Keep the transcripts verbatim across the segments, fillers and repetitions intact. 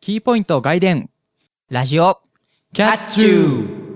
キーポイント外伝ラジオキャッチュー。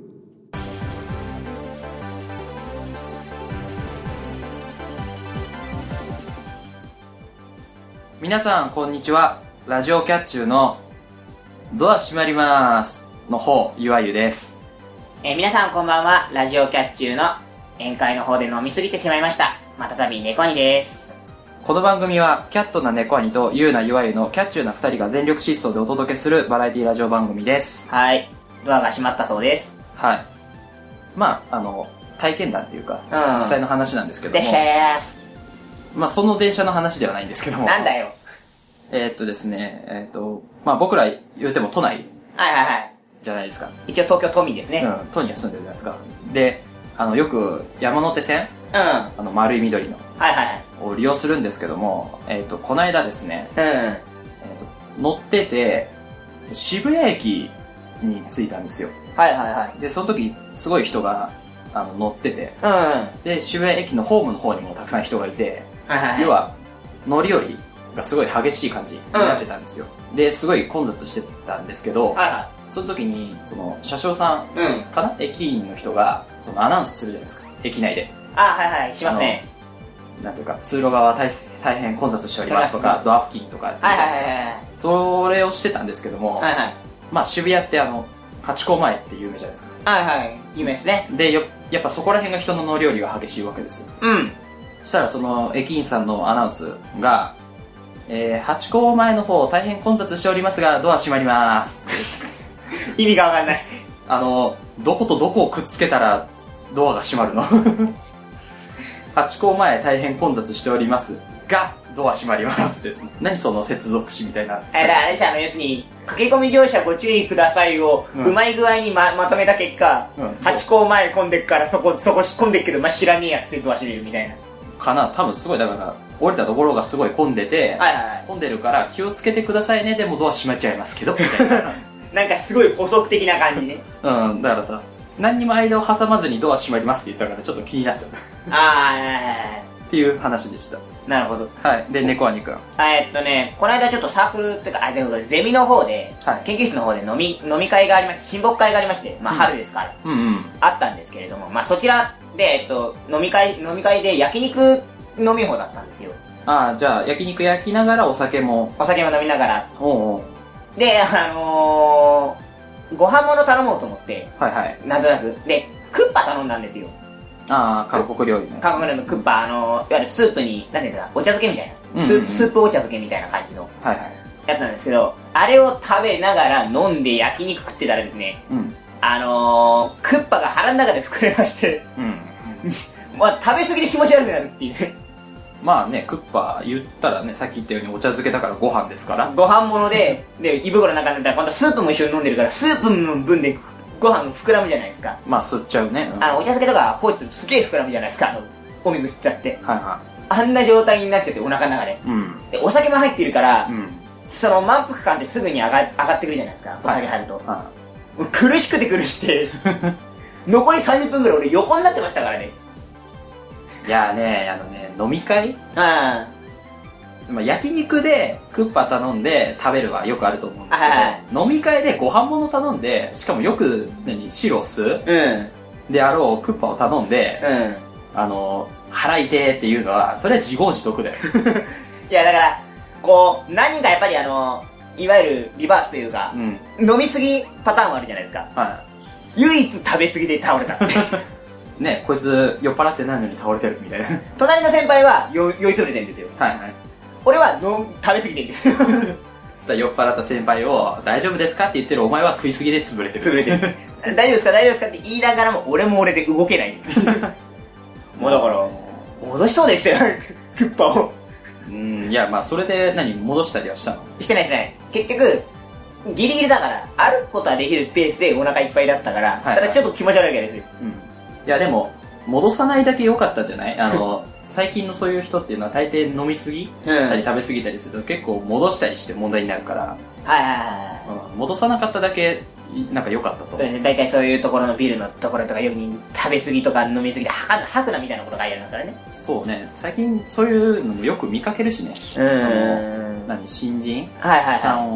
皆さんこんにちは。ラジオキャッチューのドア閉まりますの方、ゆあゆです。 えー、皆さんこんばんは。ラジオキャッチューの宴会の方で飲みすぎてしまいました。またたび猫兄です。 この番組はキャットな猫兄とユーなゆあゆのキャッチューなふたりが全力疾走でお届けするバラエティラジオ番組です。 はい。ドアが閉まったそうです。 はい。まあ、あの、体験談っていうか、 うん、 実際の話なんですけども。 でっしゃーす。 まあ、その電車の話ではないんですけども。 なんだよ。 えーっとですね、えーっと、まあ僕ら言うても都内はいはいはい。 じゃないですか。 一応東京都民ですね。 うん、都には住んでるじゃないですか。で、あの、よく山手線、 うん。 あの、丸い緑の、 はいはいはい。 を利用するんですけども、えーっと、この間ですね、 うん。 えーっと、乗ってて、渋谷駅に着いたんですよ。 はいはいはい。 で、その時、すごい人が、あの、乗ってて、 うん。はで、渋谷駅のホームの方にもたくさん人がいて、 いはいはい。 要は、乗り降りがすごい激しい感じになってたんですよ。うん、で、すごい混雑してたんですけど、 はいはその時に、その、車掌さんい。うん。 かな、駅員の人が、その、アナウンスするじゃないですか。駅内で。 あ、はいはい。しますね。 なんていうか、通路側は大大変混雑しておりますとか、ドア付近とかって言うはいじゃないですか。 はいはいはい。 それをしてたんですけども、 はいはい。 まあ、渋谷ってあの、ハチ公前って有名じゃないですか。 はいはい。有名ですね。 で、よ、やっぱそこら辺が人の乗り降りが激しいわけですよ。 うん。 そしたらその駅員さんのアナウンスが、えー、ハチ公前の方大変混雑しておりますが、ドア閉まりますって。 意味がわかんない。 あの、どことどこをくっつけたらドアが閉まるのハチ公前大変混雑しておりますが、ドア閉まりますって。何その接続詞みたいな。 え、だからあれじゃん、あの、要するに、駆け込み乗車ご注意くださいを、 うんうまい具合にま、まとめた結果、 うんハチ公前混んでっから、そこ、そこ混んでっけど、まあ、知らねえやつでドア閉めるみたいな。 かな多分すごい、だから、降りたところがすごい混んでて、 はいはいはい。 混んでるから気をつけてくださいね、でもドア閉まっちゃいますけど、みたいな。 なんかすごい補足的な感じね。 うん、だからさ、何にも間を挟まずにドア閉まりますって言ったからちょっと気になっちゃった。 あっていう話でした。 ー、なるほど。 はい。で、猫兄くん。 えっとね、この間ちょっとサークルっていうか、あ、でもゼミの方で、 はい研究室の方で飲み、飲み会がありまして、親睦会がありまして、まあうん春ですから、 うんうん。 あったんですけれども、まあそちらで、えっと、飲み会、飲み会で焼肉飲み放だったんですよ。 ああ、じゃあ、焼肉焼きながらお酒も。 お酒も飲みながら。 おうおう。 で、あのー、ご飯物頼もうと思って、 はいはい。 なんとなく。で、クッパ頼んだんですよ。 ああ、韓国料理ね。 韓国料理のクッパ、あのー、いわゆるスープに、なんていうかな、お茶漬けみたいな。スープ、スープお茶漬けみたいな感じのはいはい。 やつなんですけど、あれを食べながら飲んで焼肉食ってたらですね、 うん。 あのー、クッパが腹の中で膨れまして、 うん。 まあ、食べ過ぎで気持ち悪くなるっていう。 まあね、クッパ言ったらね、さっき言ったようにお茶漬けだからご飯ですから。 ご飯物で、で、胃袋の中になったら今度はスープも一緒に飲んでるから、スープの分でご飯膨らむじゃないですか。 まあ吸っちゃうね。うん、 あの、お茶漬けとか放置するとすげえ膨らむじゃないですか。あの、お水吸っちゃって。 はいはあんな状態になっちゃって、お腹の中で。 い。うん。 で、お酒も入ってるから、 うん。 その満腹感ってすぐに上が上がってくるじゃないですか。お酒入ると。 はもう苦しくて苦しくて。残りさんじゅっぷんぐらい俺横になってましたからね。 い。いやーね、あのね、飲み会あまあ、焼肉でクッパ頼んで食べるはよくあると思うんですけど、 はいはい飲み会でご飯物頼んで、しかもよく何シロスあ。うん。 であろうクッパを頼んで、 うん。 あの、腹痛えっていうのは、それは自業自得だよ。 いやだからこう何人かやっぱりあのいわゆるリバースというか、 うん。 飲みすぎパターンもあるじゃないですか。 は唯一食べ過ぎで倒れた。 い。ね、こいつ酔っ払ってないのに倒れてるみたいな。はい隣の先輩は酔酔いつぶれてるんですよ。 はい。 俺はの食べ過ぎてるんです。 だ酔っ払った先輩を大丈夫ですかって言ってるお前は食いすぎで潰れてる。 潰れてる。大丈夫ですか大丈夫ですかって言いながらも俺も俺で動けない。もうだから戻しそうでしたよ。クッパを。 うん、いや、まあそれで何、戻したりはしたの？ してないしてない。結局ギリギリだから歩くことはできるペースでお腹いっぱいだったから、 はい、 ただちょっと気持ち悪いわけですよ。 うん。いやでも戻さないだけ良かったんじゃない？あの最近のそういう人っていうのは大抵飲みすぎたり食べ過ぎたりすると結構戻したりして問題になるから、 はいはいはい、 うん、戻さなかっただけなんか良かったと。 大体そういうところのビルのところとかよく食べ過ぎとか飲み過ぎで吐か吐くなみたいなことが書いてありますからね。 そうね、最近そういうのもよく見かけるしね。 うーん、 何、新人はいはいはいさんを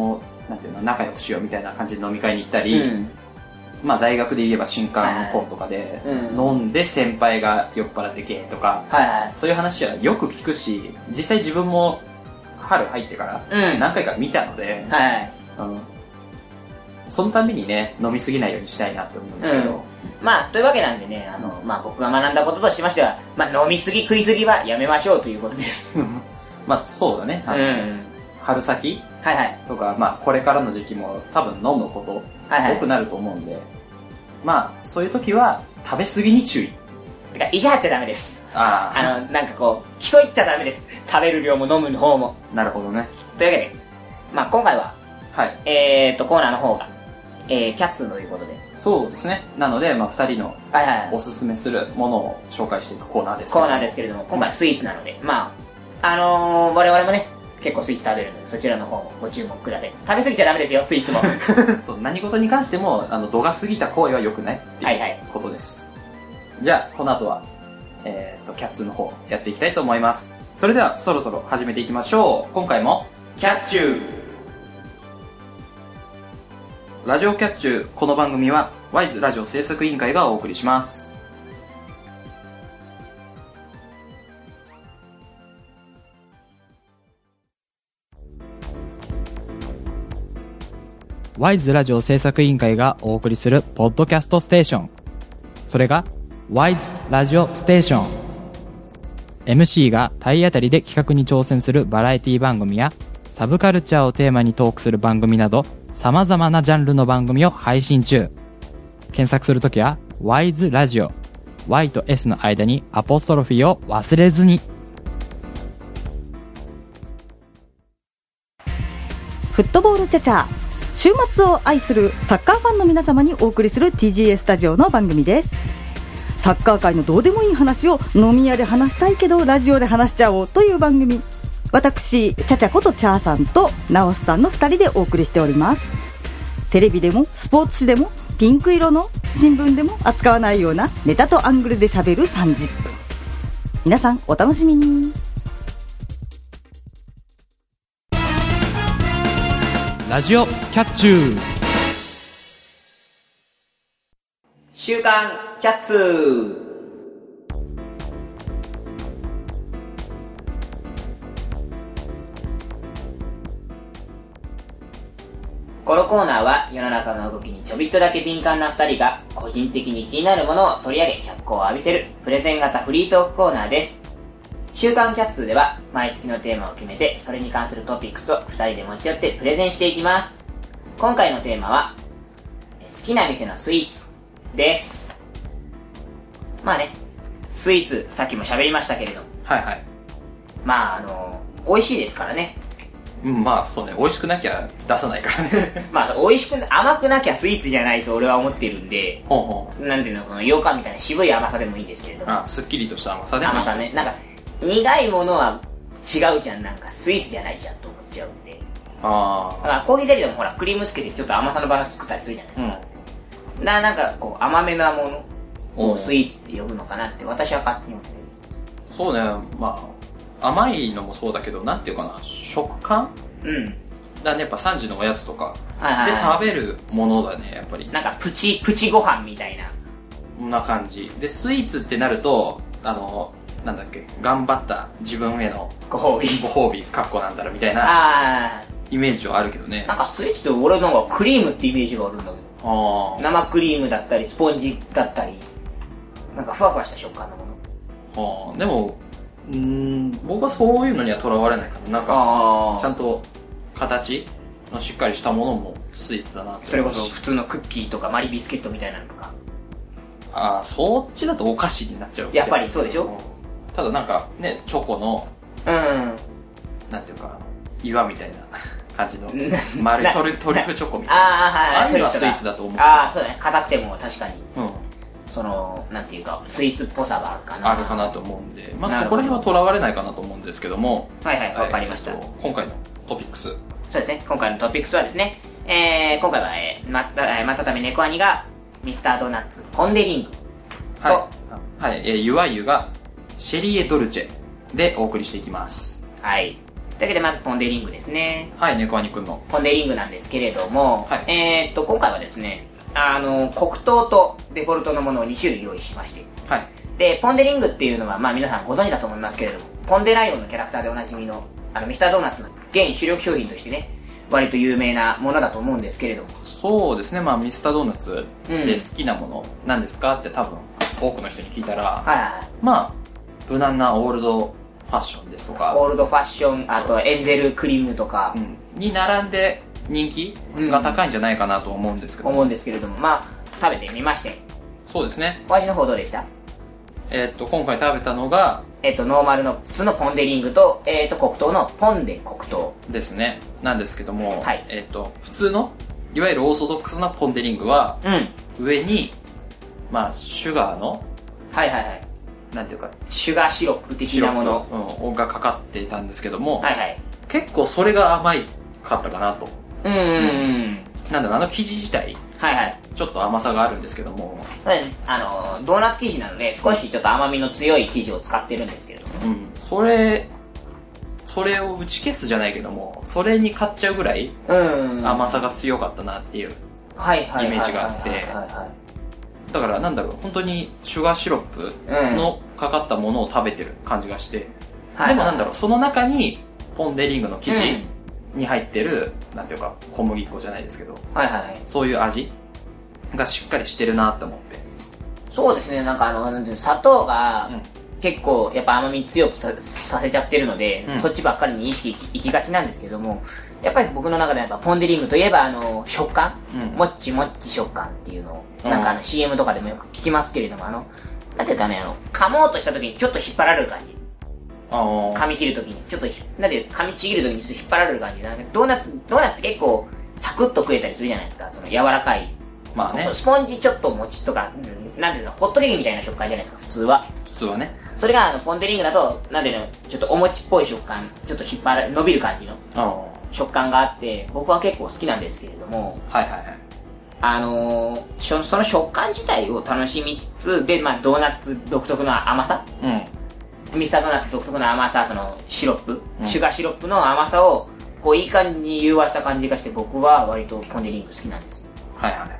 なんていうの、仲良くしようみたいな感じで飲み会に行ったり、 うん、 まあ大学で言えば新刊本とかで、飲んで先輩が酔っ払ってゲーとか、 はいはい、 そういう話はよく聞くし、実際自分も春入ってから何回か見たので、 うん、はい、 うん、そのたびにね、飲みすぎないようにしたいなって思うんですけど、うん、 まあというわけなんでね、あの、まあ僕が学んだこととしましては、まあ飲みすぎ食いすぎはやめましょうということですまあそうだね、あの、うん、春先はいはいとか、まあこれからの時期も多分飲むこと多くなると思うんで、はいはい、まあそういう時は食べ過ぎに注意。 てか、意地張っちゃダメです。 ああの、なんかこう、競いっちゃダメです。食べる量も飲む方も。 なるほどね。 というわけで、まあ今回は、 はい。 えーと、コーナーの方が、えー、キャッツということで。 そうですね。なので、まあ二人のはいはい、 おすすめするものを紹介していくコーナーですコーナーですけれども、今回はスイーツなので、うん、まあ、あのー、我々もね、結構スイーツ食べるので、そちらの方もご注目ください。食べ過ぎちゃダメですよ、スイーツも。 そう、何事に関しても、あの、度が過ぎた行為は良くないっていうことです。はいはい、じゃあ、この後は、えー、っと、キャッツの方、やっていきたいと思います。それでは、そろそろ始めていきましょう。今回も、キャッチューラジオキャッチュー、この番組は、ワイズラジオ制作委員会がお送りします。 ワイズラジオ制作委員会がお送りするポッドキャストステーション。それがワイズラジオステーション。エムシー が体当たりで企画に挑戦するバラエティ番組やサブカルチャーをテーマにトークする番組など様々なジャンルの番組を配信中。検索するときはワイズラジオ、Y と S の間にアポストロフィーを忘れずに。 フットボールチャチャ、週末を愛するサッカーファンの皆様にお送りする ティージーエー スタジオの番組です。サッカー界のどうでもいい話を飲み屋で話したいけどラジオで話しちゃおうという番組。私チャチャことチャーさんとナオスさんのふたりでお送りしております。テレビでもスポーツ紙でもピンク色の新聞でも扱わないようなネタとアングルで喋るさんじゅっぷん。皆さんお楽しみに。 ラジオキャッチュー週刊キャッツ。このコーナーは世の中の動きにちょびっとだけ敏感なふたりが個人的に気になるものを取り上げ脚光を浴びせるプレゼン型フリートークコーナーです。週刊キャッツでは毎月のテーマを決めてそれに関するトピックスをふたりで持ち寄ってプレゼンしていきます。今回のテーマは好きな店のスイーツです。まあね、スイーツさっきも喋りましたけれど、 はいはい、 まああの美味しいですからね。 うん、まあそうね、美味しくなきゃ出さないからねまあ美味しく甘くなきゃスイーツじゃないと俺は思っているんで、 ほうほう、なんていうの、この羊羹みたいな渋い甘さでもいいですけれども、 あ、すっきりとした甘さでもいい。 甘さね、なんか苦いものは違うじゃん、なんかスイーツじゃないじゃんと思っちゃうんで。 ああ。 だからコーヒーゼリーでもほらクリームつけてちょっと甘さのバランス作ったりするじゃないですか。うん、だからなんかこう甘めなものをスイーツって呼ぶのかなって私は勝手に思ってる。 そうね、まあ甘いのもそうだけど、なんていうかな、食感、うん、だね、やっぱさんじのおやつとかで食べるものだね、やっぱり。 なんかプチプチご飯みたいなこんな感じで、スイーツってなるとあのなんだっけ、頑張った自分へのご褒美ご褒美かっこなんだろみたいなイメージはあるけどね。 なんかスイーツって俺のがクリームってイメージがあるんだけど、あ、生クリームだったりスポンジだったり、なんかふわふわした食感のもの。あ、でもうーん、僕はそういうのにはとらわれないから、なんかちゃんと形のしっかりしたものもスイーツだなって。 それこそ普通のクッキーとかマリビスケットみたいなのとか。 ああ、そっちだとお菓子になっちゃう。 やっぱりそうでしょ。 ただなんかね、チョコの、うん、なんていうか岩みたいな感じの丸いトリュフチョコみたいな、ああ、はい、ああいうのはスイーツだと思う。 ああ、そうだね、硬くても確かに、うん、そのなんていうかスイーツっぽさはあるかなあるかなと思うんで、まあそこら辺はとらわれないかなと思うんですけども、 はいはい、わかりました。 今回のトピックス、 そうですね、今回のトピックスはですね、えー、今回は、えー、またまたため猫兄がミスタードーナツポンデリングと、 はい、はい、えー、ゆわゆがシェリエドルチェでお送りしていきます。 はい。 というわけでまずポン・デ・リングですね。 はい、猫兄くんの。 ポン・デ・リングなんですけれども、 はい、 えーっと、今回はですね、あの、黒糖とデフォルトのものをに種類用意しまして。 はい。 で、ポン・デ・リングっていうのは、まあ皆さんご存知だと思いますけれども、ポン・デ・ライオンのキャラクターでおなじみの、あの、ミスタードーナツの現主力商品としてね、割と有名なものだと思うんですけれども。 そうですね、まあミスタードーナツで好きなものなんですかって多分多くの人に聞いたら、 はいはいはい。 まあ、無難なオールドファッションですとか、 オールドファッション、あとエンゼルクリームとか、 うん、に並んで人気が高いんじゃないかなと思うんですけど、 思うんですけれども、まあ、食べてみまして。 そうですね。 お味の方どうでした？ えー、っと、今回食べたのが、 えっと、ノーマルの普通のポン・デ・リングと、えっと、黒糖のポン・デ黒糖ですね。なんですけども、 はい、 えー、っと、普通の、いわゆるオーソドックスなポン・デ・リングは、 うん。 上に、まあ、シュガーの、 はいはいはい。 なんていうか、 シュガーシロップ的なもの。 うん、がかかっていたんですけども、 はいはい。 結構それが甘いかったかなと。 うんうんうん。 なんだろう、あの生地自体、 はいはい。 ちょっと甘さがあるんですけども、 あの、ドーナツ生地なので、少しちょっと甘みの強い生地を使ってるんですけれども。 うん。それ、それを打ち消すじゃないけども、それに買っちゃうぐらい、 うん。 甘さが強かったなっていうイはいはい。 メージがあって、だからなんだろう、本当にシュガーシロップのかかったものを食べてる感じがして、うん、でもなんだろう、その中にポン・デ・リングの生地に入ってる、うん、なんていうか小麦粉じゃないですけど、 はいはい、 そういう味がしっかりしてるなって思って。 そうですね、なんかあの砂糖が結構やっぱ甘み強く さ, させちゃってるので、うん、そっちばっかりに意識いきがちなんですけども、やっぱり僕の中でやっぱポン・デ・リングといえばあの食感、うん、もっちもっち食感っていうのを、うん、なんかあの シーエム とかでもよく聞きますけれども、あのなんていうかね、あの噛もうとした時にちょっと引っ張られる感じ、噛み切る時にちょっとなんていう噛みちぎる時にちょっと引っ張られる感じ、なんかドーナツドーナツって結構サクッと食えたりするじゃないですか、その柔らかい、まあね、スポンジちょっともちとか、うん、なんていうの、ホットケーキみたいな食感じゃないですか普通は。 普通はね。それがあのポン・デ・リングだと、なんていうの、ちょっとお餅っぽい食感、ちょっと引っ張ら伸びる感じの食感があって、僕は結構好きなんですけれども、 はいはいはい。 あのー、その食感自体を楽しみつつ、で、まあドーナツ独特の甘さ、うん、ミスタードーナツ独特の甘さ、そのシロップ、うん、シュガーシロップの甘さを、こういい感じに融和した感じがして、僕は割とポン・デ・リング好きなんですよ。 はいはい。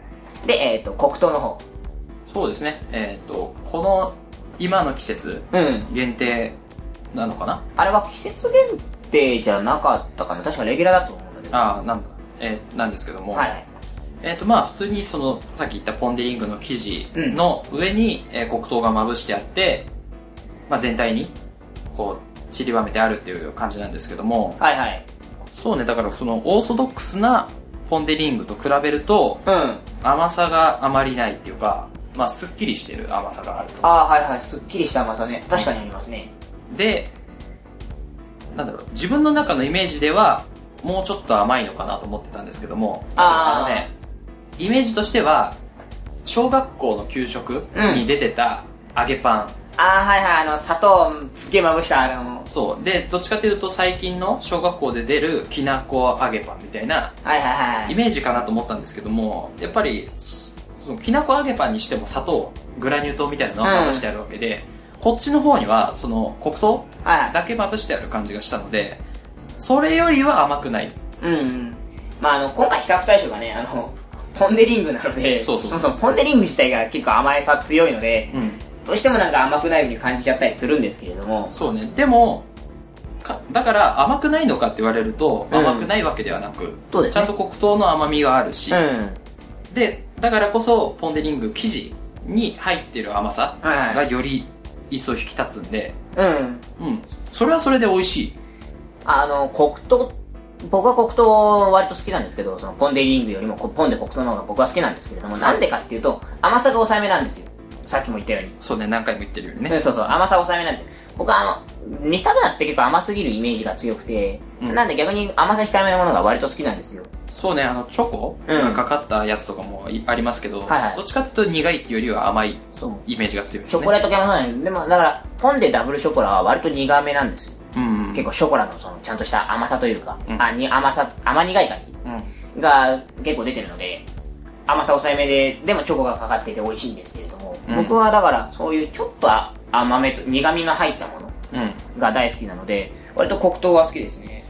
で、えっと、黒糖の方。 そうですね。えっと、この、今の季節、限定なのかな、うん、 あれは季節限定じゃなかったかな、確かレギュラーだと思うんだけど。 ああ、なんだ。えー、なんですけども。はい。えっと、まあ、普通にその、さっき言ったポン・デ・リングの生地の上に、うん、えー、黒糖がまぶしてあって、まあ、全体に、こう、散りばめてあるっていう感じなんですけども。はいはい。そうね、だからその、オーソドックスなポン・デ・リングと比べると、うん。甘さがあまりないっていうか、まあ、すっきりしてる甘さがあると。 ああ、はいはい、すっきりした甘さね。確かにありますね。 で、なんだろう、自分の中のイメージでは、もうちょっと甘いのかなと思ってたんですけども、あ, あのね、イメージとしては、小学校の給食に出てた揚げパン。うん、ああ、はいはい、あの、砂糖すげえまぶしたあの。 そう。で、どっちかというと最近の小学校で出るきなこ揚げパンみたいな、はいはいはい。イメージかなと思ったんですけども、やっぱり、そのきなこ揚げパンにしても砂糖、グラニュー糖みたいなのがまぶしてあるわけで、うん、こっちの方にはその黒糖だけまぶしてある感じがしたので、それよりは甘くない。 うん、うん。まああの、今回比較対象がね、あの、ポン・デ・リングなので、そうそうそう、そのポン・デ・リング自体が結構甘さ強いので、うん、どうしてもなんか甘くないように感じちゃったりするんですけれども。 そうね。でも、かだから甘くないのかって言われると、うん、甘くないわけではなく、そうですね、ちゃんと黒糖の甘みがあるし、うん、で、だからこそ、ポン・デ・リング生地に入ってる甘さがより一層引き立つんで、うん。うん。それはそれで美味しい。 あの、黒糖、僕は黒糖割と好きなんですけど、そのポン・デ・リングよりもポンで黒糖の方が僕は好きなんですけれども、なんでかっていうと、甘さが抑えめなんですよ。さっきも言ったように。 そうね、何回も言ってるようにね。 そうそう、甘さが抑えめなんですよ。僕はあの、ミスタードーナツって結構甘すぎるイメージが強くて、うん、なんで逆に甘さ控えめのものが割と好きなんですよ。 そうね、あの、チョコがかかったやつとかもありますけど、うん、はいはい、どっちかっていうと苦いっていうよりは甘いイメージが強いですね。 チョコレート系もそうなんです。でも、だから、ポンでダブルショコラは割と苦めなんですよ。うんうん、結構ショコラのその、ちゃんとした甘さというか、うん、あに甘さ、甘苦い感じが結構出てるので、甘さ抑えめで、でもチョコがかかっていて美味しいんですけれども、うん、僕はだから、そういうちょっと甘めと苦味が入ったものが大好きなので、割と黒糖は好きですね。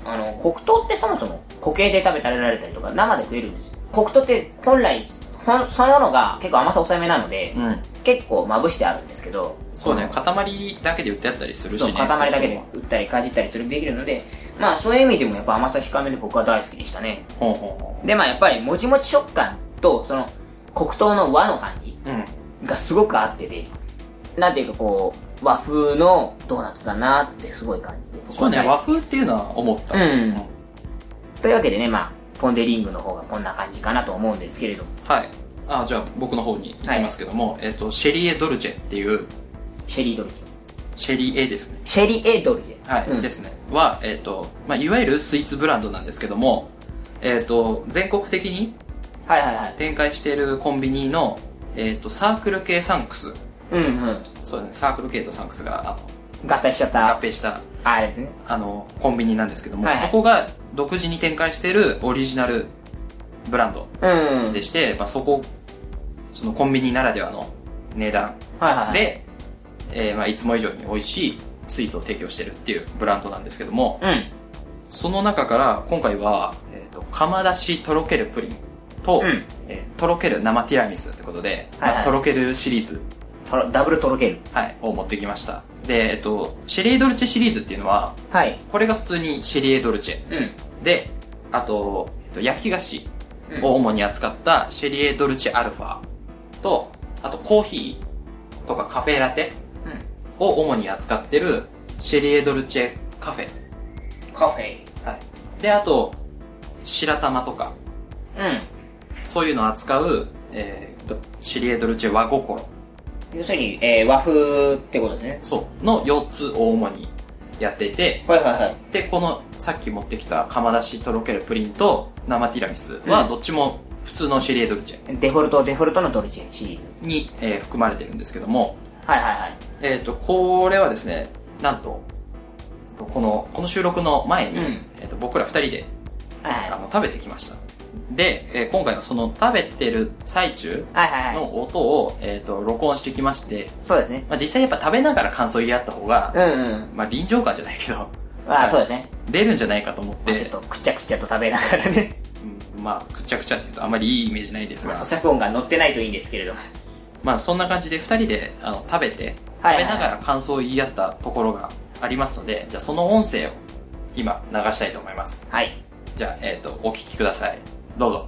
あの、黒糖ってそもそも固形で食べられたりとか生で食えるんですよ。黒糖って本来、ほんそのものが結構甘さ抑えめなので、 うん。 結構まぶしてあるんですけど、 そうね、 この塊だけで売ってあったりするしね。 そう、塊だけで売ったりかじったりするできるので、まあそういう意味でもやっぱ甘さ控えめで僕は大好きでしたね。 ほうほうほで、まあやっぱりもちもち食感と、その黒糖の和の感じう。うん。 がすごく合ってて、なんていうかこう、和風のドーナツだなってすごい感じで、僕そうね、 は大好き和風っていうのは思った。 うんというわけでね、まあ、ポンデリングの方がこんな感じかなと思うんですけれども。 はい。あ、じゃあ僕の方に行きますけども、えっと、シェリエドルチェっていう、 シェリードルチェ。 シェリエですね。 シェリエドルチェ。 はい、 うんですね。は、えっと、まあ、いわゆるスイーツブランドなんですけども、えっと、全国的にはいはいはい。 展開しているコンビニの、えっと、サークル系サンクス。 うんうん。 そうですね、サークル系とサンクスが、あの、 合体しちゃっ合た。 併した、 あれですね。 あの、コンビニなんですけども、 はいはいそこが独自に展開しているオリジナルブランドうん。 でして、まあ、そこ、そのコンビニならではの値段はいはいはい。 で、えーまあ、いつも以上に美味しいスイーツを提供してるっていうブランドなんですけども、 うん。 その中から今回は、えっと、釜出しとろけるプリンと、 うんえーとろける生ティラミスってことで、 はいはいまあとろけるシリーズ、 とろダブルとろける。 はい、を持ってきました。で、えっと、シェリエドルチェシリーズっていうのは、 はい。 これが普通にシェリエドルチェ。 うん。 で、あと、えっと、焼き菓子を主に扱ったシェリエドルチェアルファと、あとコーヒーとかカフェラテを主に扱ってるシェリエドルチェカフェ。 カフェ。 はい。で、あと、白玉とか、 うん。 そういうのを扱う、えー、とシェリエドルチェ和心。 要するに、えー、和風ってことですね。 そう。のよっつを主にやっていて、 はいはいはい。 で、このさっき持ってきた釜出しとろけるプリンと生ティラミスはうんどっちも普通のシェリエドルチェデフォルト、デフォルトのドルチェシリーズ。 に、えー含まれてるんですけども、 はいはいはい。 えっ、と、これはですね、なんと、この、この収録の前に、 うんえっ、と、僕ら二人で、 はいはい。 あの、食べてきました。で、えー今回はその食べてる最中はいはいはい。 の音を、えっ、と、録音してきまして、 そうですね。 まあ、実際やっぱ食べながら感想言い合った方が、 うんうん。 まあ、臨場感じゃないけど、 ああ、そうですね。 出るんじゃないかと思っまあちょて、 っとくっちゃくちゃと食べながらね。 うんまあ、くちゃくちゃって言うとあまりいいイメージないですが、 咀嚼音が乗ってないといいんですけれども。 まあ、そんな感じで二人であの食べて、 はいはいはい食べながら感想を言い合ったところがありますので、じゃあその音声を今流したいと思います。 はい。 じゃあ、えっ、と、お聞きください。どうぞ。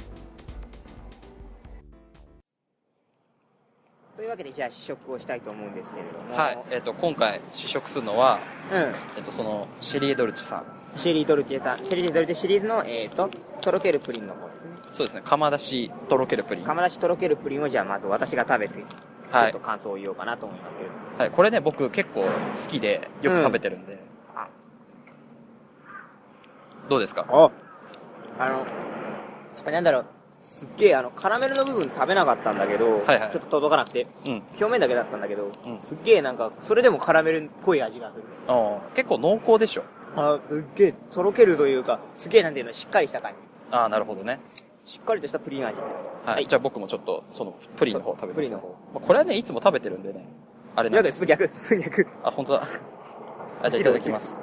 というわけで、じゃあ試食をしたいと思うんですけれども。 はい、えっ、と、今回試食するのは、 うん。 えっ、と、その、シェリエドルチェさん。 シェリードルチェさん、シェリードルチェシリーズの、えーと、とろけるプリンの方ですね。 そうですね、釜出しとろけるプリン。 釜出しとろけるプリンをじゃあまず私が食べて、 はいちょっと感想を言おうかなと思いますけれども。 はい、これね、僕結構好きで、よく食べてるんで。 あ、 どうですか？ あ、あの、なんだろう、すっげえあの、カラメルの部分食べなかったんだけど、 はいはいちょっと届かなくて、 うん。 表面だけだったんだけど、 うんすっげえなんか、それでもカラメルっぽい味がする。 あー結構濃厚でしょ？ あ、すっげえ、とろけるというか、すげえなんていうの、しっかりした感じ。 ああ、なるほどね。 しっかりとしたプリン味。 はい。じゃあ僕もちょっと、その、プリンの方食べます。 プリンの方。 まあこれはね、いつも食べてるんでね。あれなん逆、 です。 スプ逆、スプ逆。 あ、本当だ。あ、じゃあいただきます。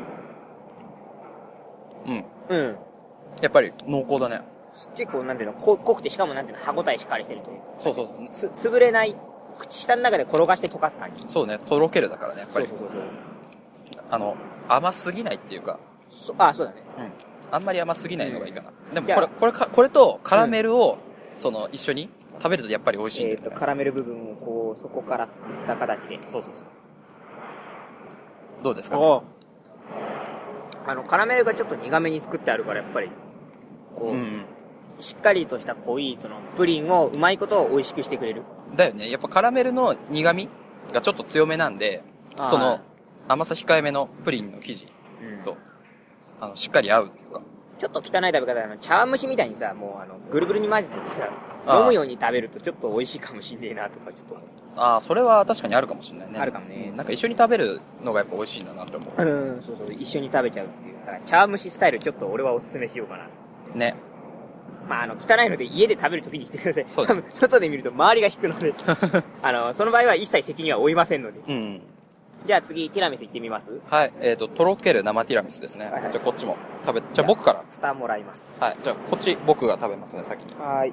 うん。 うん。 やっぱり濃厚だね。 結構なんていうの、こ濃くてしかもなんていうの、歯応えしっかりしてるというか。 そうそうそう。 つ、潰れない、口下の中で転がして溶かす感じ。 そうね、とろけるだからね、やっぱり。 そうそうそうあの、甘すぎないっていうか、 そう。あ、そうだね。 うん。あんまり甘すぎないのがいいかな。でもじゃあこれ、これか、これとカラメルを、その、一緒に食べるとやっぱり美味しいんだえっと、 よね。 カラメル部分をこう、そこからすくった形で。 そうそうそう。どうですか？ おあの、カラメルがちょっと苦めに作ってあるから、やっぱり、こう、 うんうん。 しっかりとした濃い、その、プリンをうまいことを美味しくしてくれる。 だよね。やっぱカラメルの苦味がちょっと強めなんで、 あーその、甘さ控えめのプリンの生地と、あの、しっかり合うっていうか。 ちょっと汚い食べ方なの、茶碗蒸しみたいにさ、もうあの、ぐるぐるに混ぜてさ、 ああ飲むように食べるとちょっと美味しいかもしんねえなとか、ちょっと思って。 ああ、それは確かにあるかもしれないね。 あるかもねなんか一緒に食べるのがやっぱ美味しいんだなって思う。 うん、そうそう、一緒に食べちゃうっていう。だから、茶碗蒸しスタイルちょっと俺はおすすめしようかな。 ね。 まあ、あの、汚いので家で食べるときにしてください。 そうです多分、外で見ると周りが引くので、あの、その場合は一切責任は負いませんので。 うん。 じゃあ次、ティラミス行ってみます？ はい。えっ、ー、と、とろける生ティラミスですね。はいはい、じゃあこっちも食べ、じゃあ僕から。 蓋もらいます。 はい。じゃあこっち僕が食べますね、先に。 はい。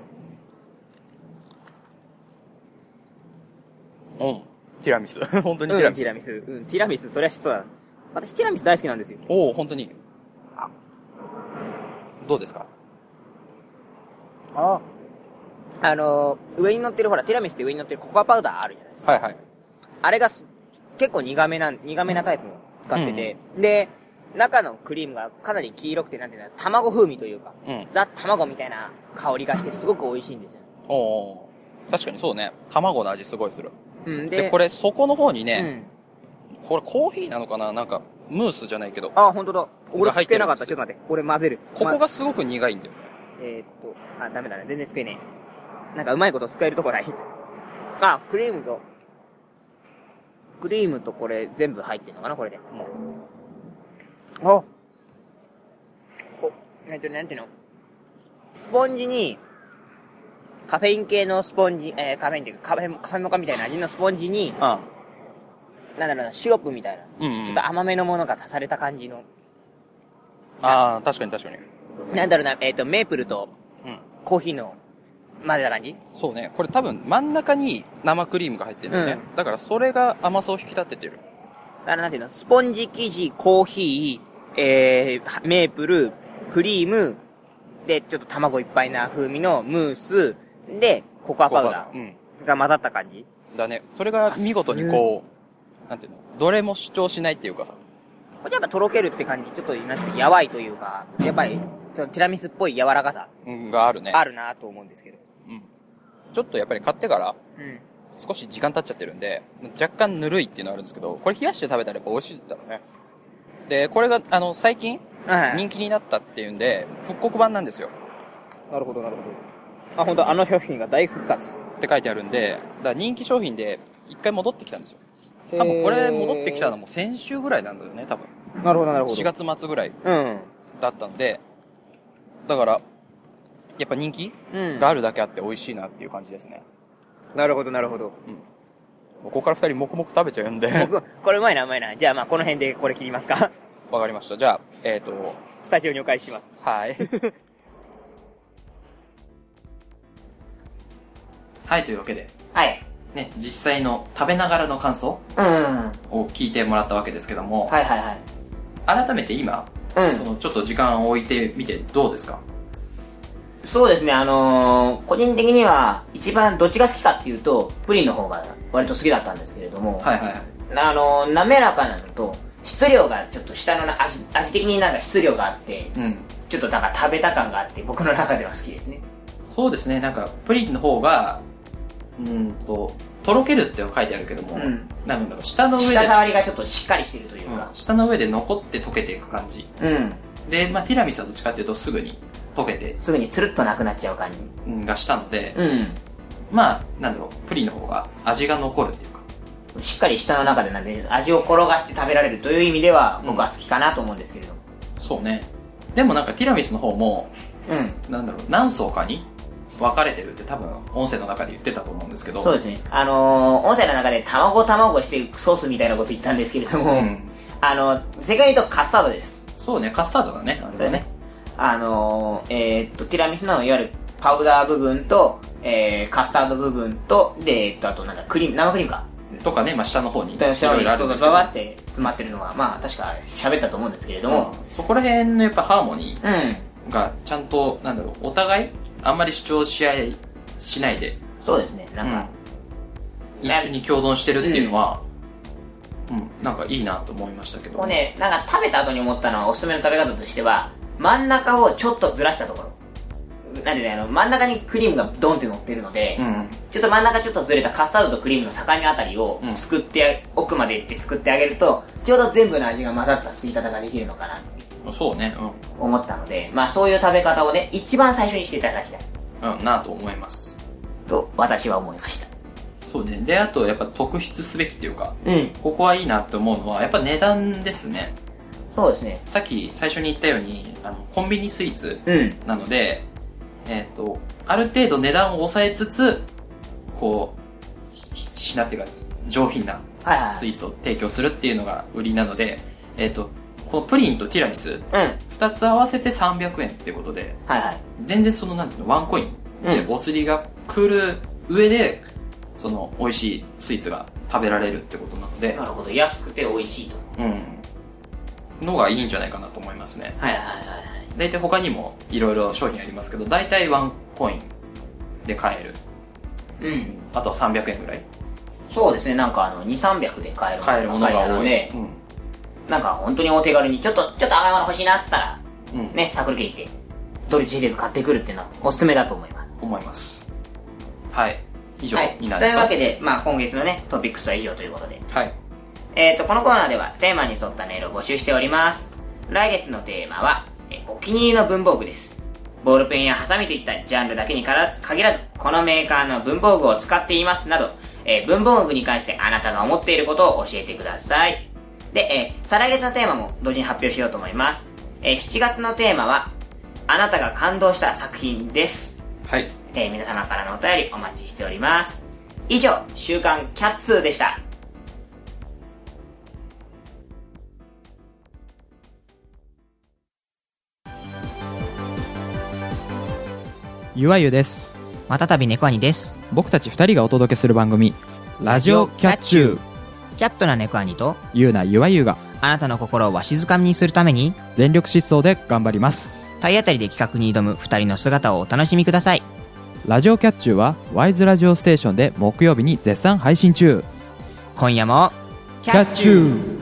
うん。ティラミス。本当にティラミス。 うん、ティラミス。うん、ティラミス、そりゃそうだ。私ティラミス大好きなんですよ。 おお、本当に。あ。どうですか？ ああ。あのー、上に乗ってるほら、ティラミスって上に乗ってるココアパウダーあるじゃないですか。 はいはい。 あれがす結構苦めな、苦めなタイプの使ってて、うん、で、中のクリームがかなり黄色くて、なんていうの、卵風味というか、うん、ザ・卵みたいな香りがしてすごく美味しいんですよ。 おお。確かにそうね。卵の味すごいする。 うん、 で、でこれ底の方にね、うん、これコーヒーなのかな、なんか、ムースじゃないけど。 あ、ほんとだ。俺つけなかった。ちょっと待って。俺混ぜる。 ここがすごく苦いんだよ。 えー、っと、あ、ダメだね。全然すくえねえ。なんかうまいことすくえるとこない。あ、クリームと、クリームとこれ全部入ってんのかなこれで。もう。あこ、えっと、なんていうのスポンジに、カフェイン系のスポンジ、えー、カフェインっていうか、カフェ、カフェモカみたいな味のスポンジに、ああなんだろうな、シロップみたいな、うんうん、ちょっと甘めのものが足された感じの。 ああ、確かに確かに。 なんだろうな、えっと、メープルと、コーヒーの、混ぜた感じ？ そうね。これ多分真ん中に生クリームが入ってるんだよね。うん、だからそれが甘さを引き立ててる。 だからなんていうの、スポンジ生地、コーヒー、えー、メープル、クリーム、で、ちょっと卵いっぱいな風味のムース、で、ココアパウダーが混ざった感じ、 うん、だね。それが見事にこう、なんていうの、どれも主張しないっていうかさ。 これやっぱとろけるって感じ、ちょっと、なんていうの、やわいというか、やっぱり、ちょっとティラミスっぽい柔らかさ。 があるね。 あるなと思うんですけど。 うん。ちょっとやっぱり買ってから、うん。少し時間経っちゃってるんで、若干ぬるいっていうのはあるんですけど、これ冷やして食べたらやっぱ美味しいだろうね。で、これが、あの、最近、人気になったっていうんで、復刻版なんですよ。 なるほど、なるほど。あ、本当あの商品が大復活。 って書いてあるんで、だから人気商品で一回戻ってきたんですよ。多分これ戻ってきたのも先週ぐらいなんだよね、多分。 なるほど、なるほど。 しがつ末ぐらい。うん。だったんで、だから、やっぱ人気、うん、があるだけあって美味しいなっていう感じですね。 なるほど、なるほど。うん。 ここから二人黙々食べちゃうんで。 僕、これうまいな、うまいな。じゃあまあこの辺でこれ切りますか。 わかりました。じゃあ、えっ、ー、と、 スタジオにお返しします。 はい。はい、というわけで。 はい。 ね、実際の食べながらの感想うん。 を聞いてもらったわけですけども。 はいはいはい。 改めて今、うん、そのちょっと時間を置いてみてどうですか？ そうですね、あのー、個人的には一番どっちが好きかっていうとプリンの方が割と好きだったんですけれども、 はいはいはい、 あのー、滑らかなのと質量がちょっと下の味、味的になんか質量があって、うん、ちょっとだから食べた感があって僕の中では好きですね。 そうですね、なんかプリンの方がうんととろけるって書いてあるけども、うん、なんだろう、下の上で下触りがちょっとしっかりしてるというか、 うん、下の上で残って溶けていく感じ、 うん、 で、まあ、ティラミスはどっちかっていうとすぐに溶けてすぐにつるっとなくなっちゃう感じがしたので、 うん、 まあなんだろう、プリンの方が味が残るっていうか、 しっかり舌の中でなんで味を転がして食べられるという意味では僕は好きかなと思うんですけれども、 うん、そうね。でもなんかティラミスの方も、うん、なんだろう、何層かに分かれてるって多分音声の中で言ってたと思うんですけど、 そうですね、あのー、音声の中で卵卵してるソースみたいなこと言ったんですけれども、うん、あの正確に言うとカスタードです。 そうね、カスタードだね、あれだね。 あのー、えー、っとティラミスのいわゆるパウダー部分と、えー、カスタード部分とで、えー、っとあとなんだクリーム生クリームかとかね、まあ、下の方にいろいろあるんですけど、ババって詰まってるのはまあ確か喋ったと思うんですけれども、 うん、そこら辺のやっぱハーモニーがちゃんと、なんだろう、お互いあんまり主張し合いしないで、 そうですね、なんか、 うん、一緒に共存してるっていうのは、うん、うん、なんかいいなと思いましたけど。 こうね、なんか食べた後に思ったのは、おすすめの食べ方としては、真ん中をちょっとずらしたところ。なんでね、あの、真ん中にクリームがドンって乗ってるので、うん、ちょっと真ん中ちょっとずれたカスタードとクリームの境目あたりをすくって、うん、奥まで行ってすくってあげると、ちょうど全部の味が混ざったすき方ができるのかなって。 そうね、うん。 思ったので、まあそういう食べ方をね、一番最初にしていただきたい。 うん、なぁと思います。 と、私は思いました。 そうね。で、あと、やっぱ特筆すべきっていうか、 うん。 ここはいいなって思うのは、やっぱ値段ですね。 そうですね。 さっき最初に言ったように、あの、コンビニスイーツなので、うん、えっと、ある程度値段を抑えつつ、こう、品っていうか、上品なはいはい、 スイーツを提供するっていうのが売りなので、えっと、このプリンとティラミス、うん、二つ合わせてさんびゃくえんってことで、はいはい、全然そのなんていうの、ワンコインでお釣りが来る上で、その美味しいスイーツが食べられるってことなので、 なるほど、安くて美味しいと。 うん。のがいいんじゃないかなと思いますね。 はいはいはいはい。 大体他にもいろいろ商品ありますけど、大体ワンコインで買える。うん。あとはさんびゃくえんぐらい。 そうですね、なんかあの、に、さんびゃくで買える買えるものが多い。うん。 なんか本当にお手軽に、ちょっと、ちょっと甘いもの欲しいなって言ったら、うん、ね、サークル系行って、ドリッチシリーズ買ってくるっていうのはおすすめだと思います。 思います。はい。以上になります。はい、というわけで、まあ今月のね、トピックスは以上ということで。 はい。 えっと、このコーナーではテーマに沿ったメールを募集しております。来月のテーマは、えお気に入りの文房具です。ボールペンやハサミといったジャンルだけにから限らず、このメーカーの文房具を使っていますなど、えー、文房具に関してあなたが思っていることを教えてください。で、えー、再来月のテーマも同時に発表しようと思います。えー、しちがつのテーマは、あなたが感動した作品です。 はい。 えー、皆様からのお便りお待ちしております。以上、週刊キャッツーでした。 ゆわゆです。 またたび猫兄です。 僕たち二人がお届けする番組、ラジオキャッチュー。 キャットな猫兄とゆうなゆわゆがあなたの心をわしづかみにするために全力疾走で頑張ります。 体当たりで企画に挑む二人の姿をお楽しみください。 ラジオキャッチューはワイズラジオステーションで木曜日に絶賛配信中。 今夜もキャッチュー。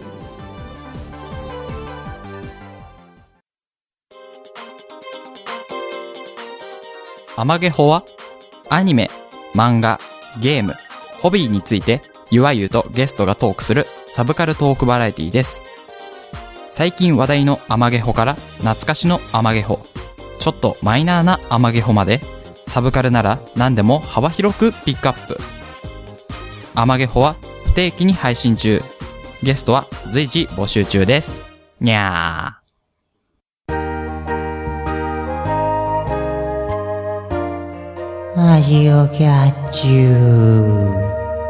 アマゲホはアニメ、漫画、ゲーム、ホビーについてゆわゆとゲストがトークするサブカルトークバラエティです。最近話題のアマゲホから懐かしのアマゲホ、ちょっとマイナーなアマゲホまで、サブカルなら何でも幅広くピックアップ。アマゲホは不定期に配信中。ゲストは随時募集中です。にゃー。 ラジオキャッチュー。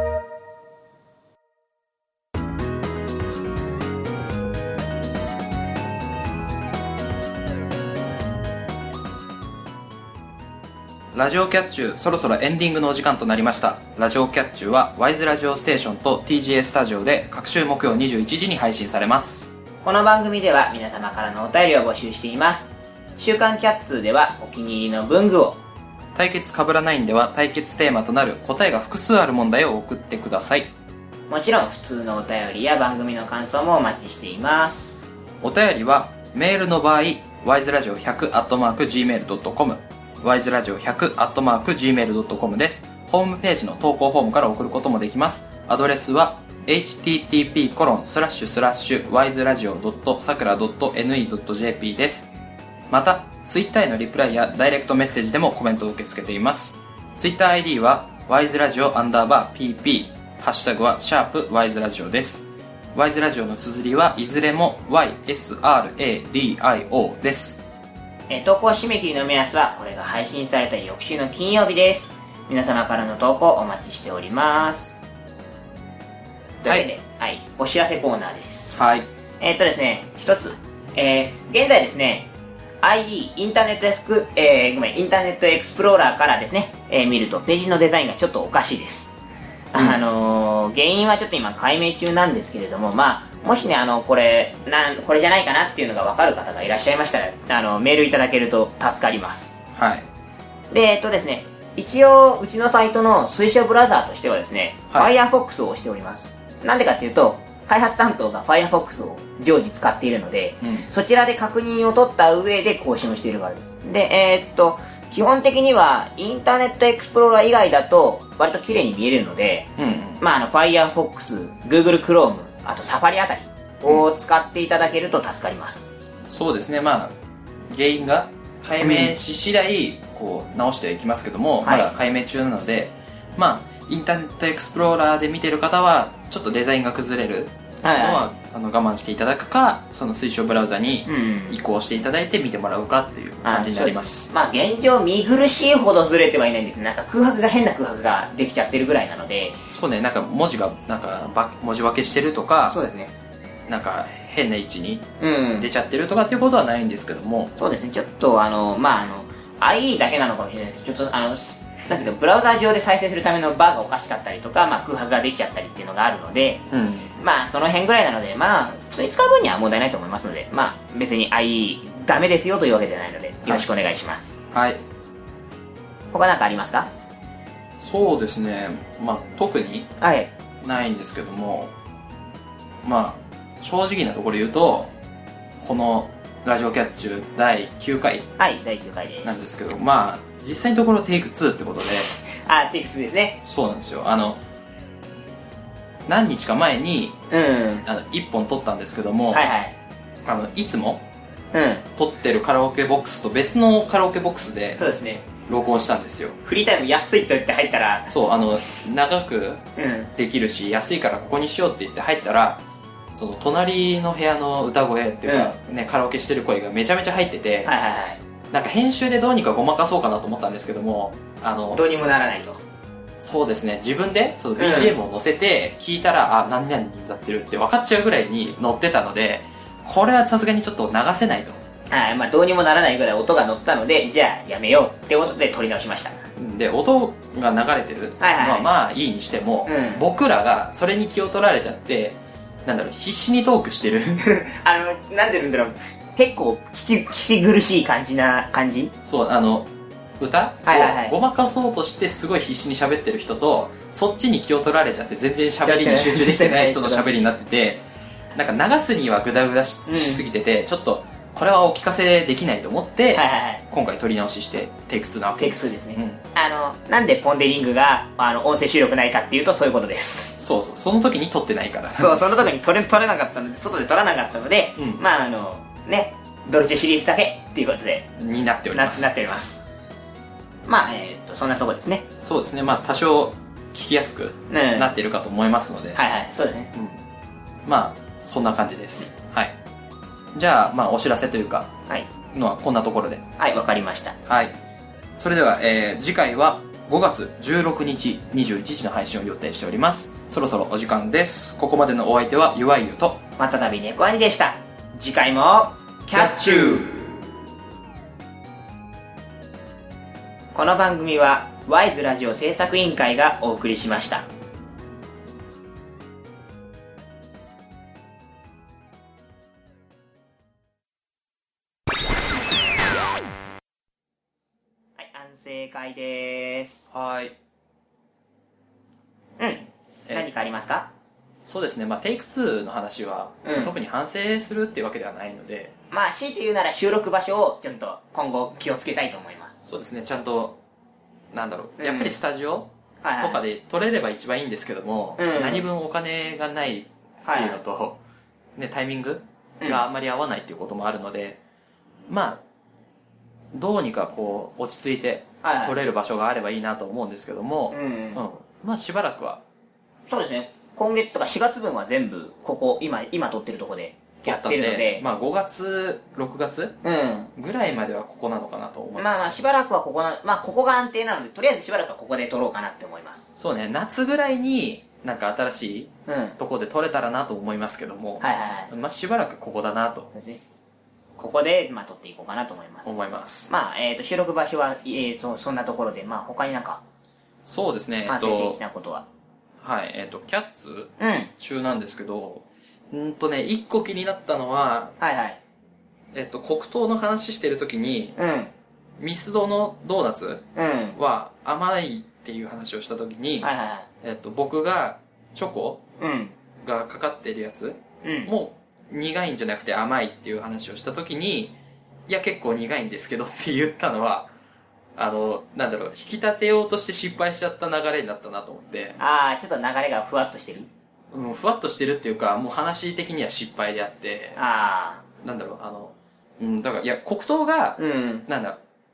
ラジオキャッチュー、そろそろエンディングのお時間となりました。ラジオキャッチューはワイズラジオステーションと ティージーエー スタジオで各週木曜にじゅういちじに配信されます。 この番組では皆様からのお便りを募集しています。週刊キャッツーではお気に入りの文具を、 対決かぶらないんでは対決テーマとなる答えが複数ある問題を送ってください。 もちろん普通のお便りや番組の感想もお待ちしています。 お便りはメールの場合 ワイズラジオひゃく アットマーク ジーメール ドットコム ワイズラジオひゃく アットマーク ジーメール ドットコム です。ホームページの投稿フォームから送ることもできます。アドレスは エイチティーティーピーコロンスラッシュスラッシュワイズラジオドットサクラドットエヌイードットジェーピー です。またツイッターへのリプライやダイレクトメッセージでもコメントを受け付けています。ツイッター アイディー は ワイズラジオ アンダーバー ピーピー、ハッシュタグはシャープ ワイズラジオです。ワイズラジオの綴りはいずれも ワイエスアールエーディーアイオー です。 え投稿締め切りの目安はこれが配信された翌週の金曜日です。皆様からの投稿お待ちしております。というわけで、はい、はい、お知らせコーナーです。 はい。 えー、っとですね、一つ、えー、現在ですね、アイディー、インターネットエスク、えー、ごめん、インターネットエクスプローラーからですね、えー、見るとページのデザインがちょっとおかしいです。うん、あのー、原因はちょっと今解明中なんですけれども、まあ、もしね、あの、これ、なん、これじゃないかなっていうのがわかる方がいらっしゃいましたら、あの、メールいただけると助かります。 はい。 で、えっとですね、一応、うちのサイトの推奨ブラウザーとしてはですね、はい、Firefox を押しております。なんでかっていうと、開発担当が Firefox を常時使っているので、うん、そちらで確認を取った上で更新をしているからです。で、えー、っと、基本的にはインターネットエクスプローラー以外だと割と綺麗に見えるので、うんうん、まああの Firefox、Google Chrome、あと Safari あたりを使っていただけると助かります。 うん、そうですね、まあ原因が解明し次第、うん、こう直していきますけども、はい、まだ解明中なので、まあインターネットエクスプローラーで見てる方はちょっとデザインが崩れるのは、はいはい、 あの我慢していただくか、その推奨ブラウザにうん移行していただいて見てもらうかっていう感じになります。 まあ現状見苦しいほどずれてはいないんですね。なんか空白が変な空白ができちゃってるぐらいなので。 そうね、なんか文字がなんかば文字分けしてるとか、 そうですね。 なんか変な位置にうん。 出ちゃってるとかっていうことはないんですけども、 そうですね。ちょっとあの、まああの、アイイー だけなのかもしれないですけど、ちょっとあの、なんていうか、ブラウザ上で再生するためのバーがおかしかったりとか、まあ空白ができちゃったりっていうのがあるので、 うんまあその辺ぐらいなので、まあ普通に使う分には問題ないと思いますので、まあ別に アイイー ダメですよというわけではないので、よろしくお願いします。 はい。 他なんかありますか？ そうですね、まあ特にはい。 ないんですけども、まあ正直なところ言うと、このラジオキャッチュだいきゅうかいはい、だいきゅうかいです。 なんですけど、まあ実際のところテイクツーってことで、 あ、テイクツーですね。 そうなんですよ。あの何日か前にうん。 あのいっぽん撮ったんですけども、 はいはい。 あのいつもうん。 撮ってるカラオケボックスと別のカラオケボックスでそうですね。 録音したんですよ。 フリータイム安いと言って入ったら、 そう、あの長くうん。 できるし安いからここにしようって言って入ったら、その隣の部屋の歌声っていうか、ね、カラオケしてる声がめちゃめちゃ入ってて、 はいはいはい。 なんか編集でどうにかごまかそうかなと思ったんですけども、あのどうにもならないと。 そうですね、自分でその ビージーエム を載せて聞いたら、あ、何々に歌ってるって分かっちゃうぐらいに載ってたので、これはさすがにちょっと流せないと。 はい、まあどうにもならないぐらい音が乗ったので、じゃあやめようってことで撮り直しました。 で、音が流れてるのはいはいははいまあいいにしても、 うん僕らがそれに気を取られちゃって、なんだろう、必死にトークしてる。 あの、なんで言うんだろう。結構聞き、聞き苦しい感じな感じそう、あの、歌はいはいはいをごまかそうとしてすごい必死に喋ってる人と、そっちに気を取られちゃって全然喋りに集中できてない人の喋りになってて、なんか流すにはグダグダし,、 うんすぎてて、ちょっとこれはお聞かせできないと思って、 はいはいはい。 今回撮り直ししてテイクツーなわけテイクツーですね。あの、なんでポンデリングが、あの、音声収録ないかっていうとそういうことです。 そうそう、その時に撮ってないから。 そう、その時に撮れ、撮れなかったので、外で撮らなかったので、 うんまああの、ね、ドルチェシリーズだけっていうことで、 になっておりなます。 なっております。まあ、えーっと、そんなとこですね。 そうですね、まあ多少聞きやすくうん。 なっているかと思いますので、 はいはい、そうですね。 うん、まあそんな感じです。はい。じゃあ、まあお知らせというか、 はい。 のはこんなところで。 はい、わかりました。 はい。それでは、えー、次回はごがつじゅうろくにちにじゅういちじの配信を予定しております。そろそろお時間です。ここまでのお相手はゆわゆうと、 またたび猫兄でした。次回も、キャッチューこの番組は、ワイズラジオ制作委員会がお送りしました。はい、安静会でーす。 はい。 うん。 え何かありますか？ そうですね、まあテイクツーの話は、 うん特に反省するっていうわけではないので、 まあ、強いて言うなら収録場所をちょっと今後気をつけたいと思います。 そうですね、ちゃんと、なんだろう、 うんやっぱりスタジオはいはいとかで撮れれば一番いいんですけども、 うん何分お金がないっていうのと、ね、タイミングがあんまり合わないっていうこともあるので、まあ、どうにかこう、落ち着いてはいはい撮れる場所があればいいなと思うんですけども、 うんうんまあしばらくはそうですね。今月とかしがつぶんは全部、ここ、今、今撮ってるとこでやってるので、 まあごがつ、ろくがつうん。 ぐらいまではここなのかなと思います。 まあまあ、しばらくはここな、まあ、ここが安定なので、とりあえずしばらくはここで撮ろうかなって思います。 そうね、夏ぐらいになんか新しいうん。はいとこで撮れたらなと思いますけども、 はいはい。 まあしばらくここだなとそうですね。ここで、まあ、撮っていこうかなと思います。 思います。 まあ、えっ、と、収録場所は、えー、そ、そんなところで、まあ、他になんか、 そうですね、えっ反省と的、なことは。 はい、えっと、キャッツうん。はい中なんですけど、うんとね、一個気になったのは、 はい。 えっと、黒糖の話してる時に、 うん。 ミスドのドーナツうん。 は甘いっていう話をした時に、 はいはいはい。 えっと、僕がチョコうん。 がかかってるやつうん。 も苦いんじゃなくて甘いっていう話をした時に、いや結構苦いんですけどって言ったのは、あの、なんだろう、引き立てようとして失敗しちゃった流れになったなと思って、 ああ、ちょっと流れがふわっとしてる。 うん、ふわっとしてるっていうか、もう話的には失敗であって、 あなんだろう、あの、うん、だから、いや、黒糖があ。、うん。 なんだ、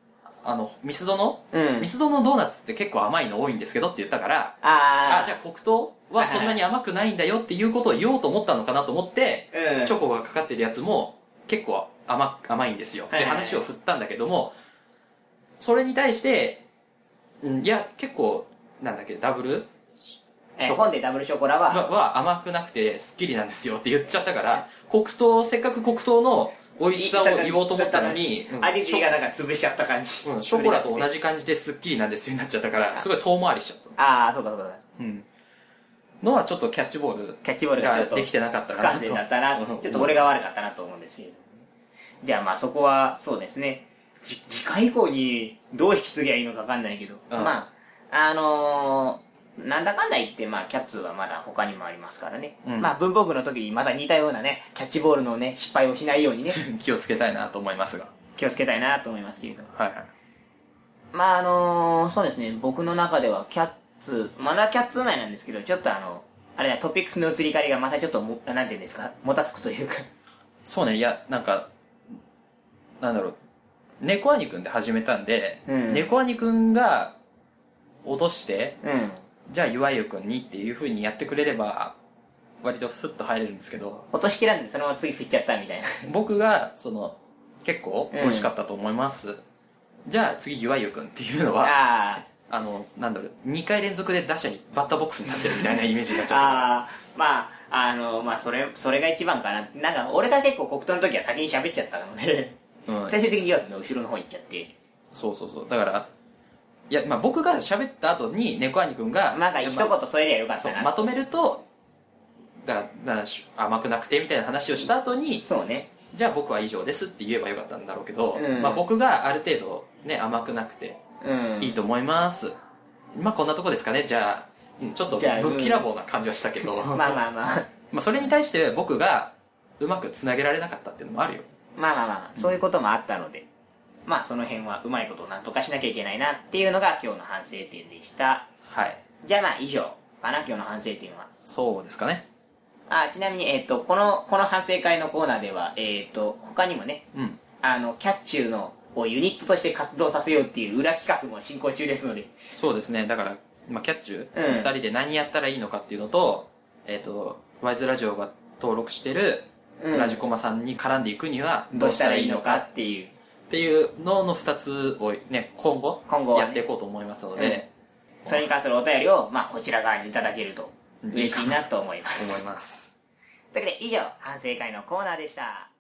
あの、ミスドの、 うんミスドのドーナツって結構甘いの多いんですけどって言ったから、 あー。 あ、じゃあ黒糖はそんなに甘くないんだよっていうことを言おうと思ったのかなと思って、 うんチョコがかかってるやつも結構甘、甘いんですよって話を振ったんだけども、それに対して、うん、いや、結構、なんだっけ、ダブルえー、フォンデダブルショコラは、 はは甘くなくてスッキリなんですよって言っちゃったから、黒糖、せっかく黒糖の美味しさを言おうと思ったのに、うん味付けがなんか潰しちゃった感じ。 うん、ショコラと同じ感じでスッキリなんですよになっちゃったから、すごい遠回りしちゃった。 ああ、そうかそうか。 うん。のはちょっとキャッチボールキャッチボールがちょっとできてなかったかなと。 不完全だったな。 うんちょっと俺が悪かったなと思うんですけれど。じゃあまあそこは、そうですね。じ次回以降にどう引き継げばいいのかわかんないけど。 うんまあ、あのー、なんだかんだ言って、まあ、キャッツはまだ他にもありますからね。 うんまあ、文房具の時にまた似たようなね、キャッチボールのね、失敗をしないようにね、 気をつけたいなと思いますが。 気をつけたいなと思いますけれど。 はいはい。 まあ、あのー、そうですね、僕の中ではキャッツ、まだキャッツ内なんですけど、ちょっとあの、あれだ、トピックスの移り変わりがまたちょっとも、なんていうんですか、もたつくというか。 そうね、いや、なんか、なんだろう、猫兄くんで始めたんで、 うん猫兄くんが脅して、 うん。 じゃあ、ゆわゆくんにっていう風にやってくれれば、割とスッと入れるんですけど、 落としきらんでそのまま次振っちゃったみたいな。 僕が、その、結構美味しかったと思います。じゃあ次、ゆわゆくんっていうのは、 ああの、なんだろう、にかい連続で打者にバッターボックスになってるみたいなイメージになっちあ、 ゃっああ、まあ、あの、まあ、それ、それが一番かな。なんか、俺が結構黒糖の時は先に喋っちゃったので、 た。うん。 最終的に岩手の後ろの方行っちゃって、 そうそうそう。だから、いや、まあ僕が喋った後に、猫兄くんが、 なんか一言添えりゃよかっそう、 たな。 まとめると、だからなし甘くなくてみたいな話をした後に、 そうね。 じゃあ僕は以上ですって言えばよかったんだろうけど、 うんまあ僕がある程度ね、甘くなくてうん。 いいと思います。まあこんなとこですかね。じゃあ、うんちょっとじゃあぶっきらぼうな感じはしたけど、 まあまあまあ。 まあそれに対して僕がうまく繋げられなかったっていうのもあるよ。 まあまあまあ、そういうこともあったので、まあその辺はうまいことをなんとかしなきゃいけないなっていうのが今日の反省点でした。 はい。 じゃあまあ以上かな、今日の反省点は。 そうですかね。 あ、ちなみに、えっ、と、この、この反省会のコーナーでは、えっ、と、他にもね、 うん。 あの、キャッチューの、をユニットとして活動させようっていう裏企画も進行中ですので。 そうですね。だから、まあキャッチュうんー、二人で何やったらいいのかっていうのと、えっと、ワイズラジオが登録してる、 うんラジコマさんに絡んでいくにはどうしたらいいのかっていう。 っていうのの二つをね、今後、 今後はねやっていこうと思いますので、 それに関するお便りを、まあ、こちら側にいただけると嬉しいなと思います。 思います。 というわけで、以上、反省会のコーナーでした。